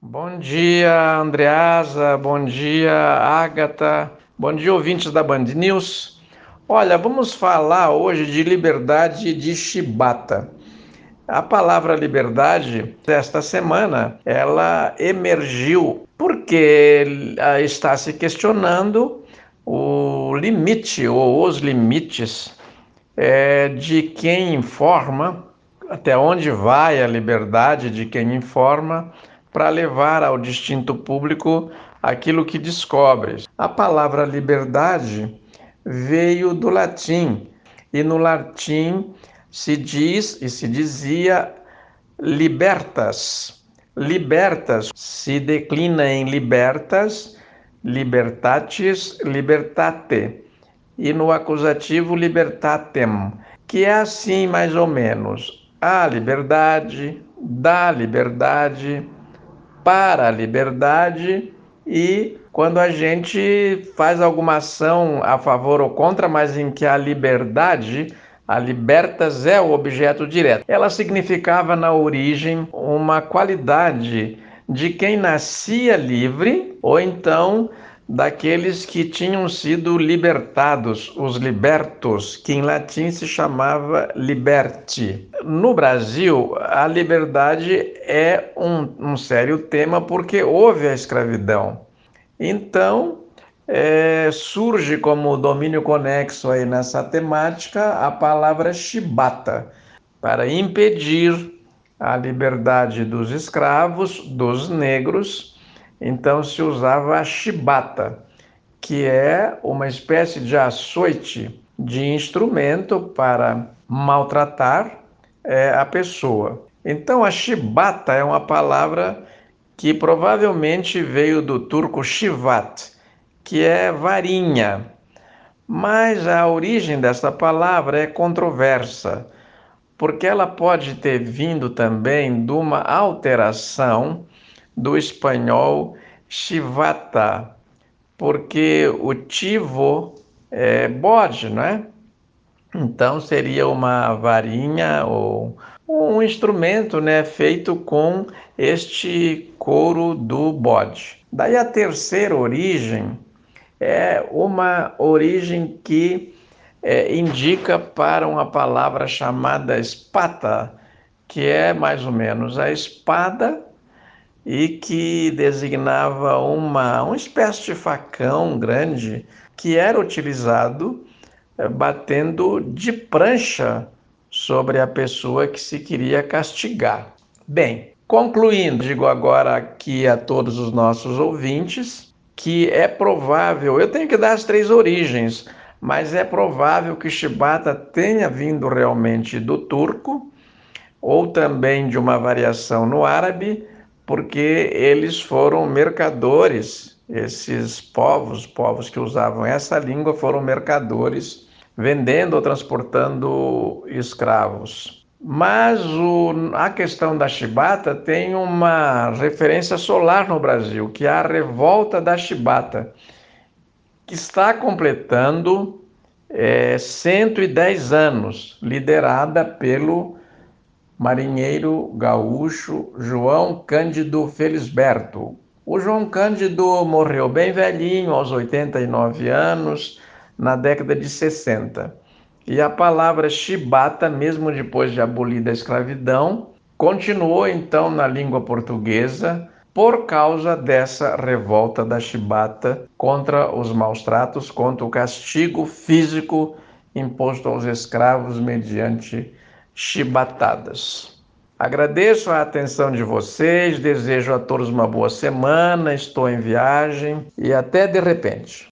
Bom dia, Andreasa. Bom dia, Ágata. Bom dia, ouvintes da Band News. Olha, vamos falar hoje de liberdade de Chibata. A palavra liberdade, esta semana, ela emergiu porque está se questionando o limite ou os limites de quem informa, até onde vai a liberdade de quem informa, para levar ao distinto público aquilo que descobre. A palavra liberdade veio do latim, e no latim se diz e se dizia libertas. Libertas se declina em libertas, libertatis, libertate, e no acusativo libertatem, que é assim mais ou menos: a liberdade, da liberdade, para a liberdade, e quando a gente faz alguma ação a favor ou contra, mas em que a liberdade, a libertas, é o objeto direto. Ela significava na origem uma qualidade de quem nascia livre, ou então daqueles que tinham sido libertados, os libertos, que em latim se chamava liberti. No Brasil, a liberdade é um sério tema porque houve a escravidão. Então, surge como domínio conexo aí nessa temática a palavra chibata, para impedir a liberdade dos escravos, dos negros. Então se usava a chibata, que é uma espécie de açoite, de instrumento para maltratar a pessoa. Então a chibata é uma palavra que provavelmente veio do turco chivat, que é varinha. Mas a origem dessa palavra é controversa, porque ela pode ter vindo também de uma alteração do espanhol chivata, porque o chivo é bode, não é? Então seria uma varinha ou um instrumento, né, feito com este couro do bode. Daí a terceira origem é uma origem que indica para uma palavra chamada espata, que é mais ou menos a espada e que designava uma espécie de facão grande que era utilizado batendo de prancha sobre a pessoa que se queria castigar. Bem, concluindo, digo agora aqui a todos os nossos ouvintes que é provável, eu tenho que dar as três origens, mas é provável que chibata tenha vindo realmente do turco ou também de uma variação no árabe, porque eles foram mercadores, esses povos que usavam essa língua foram mercadores, vendendo ou transportando escravos. Mas a questão da chibata tem uma referência solar no Brasil, que é a revolta da chibata, que está completando 110 anos, liderada pelo marinheiro gaúcho João Cândido Felisberto. O João Cândido morreu bem velhinho, aos 89 anos, na década de 60. E a palavra chibata, mesmo depois de abolida a escravidão, continuou então na língua portuguesa por causa dessa revolta da chibata contra os maus tratos, contra o castigo físico imposto aos escravos mediante chibatadas. Agradeço a atenção de vocês, desejo a todos uma boa semana, estou em viagem e até de repente.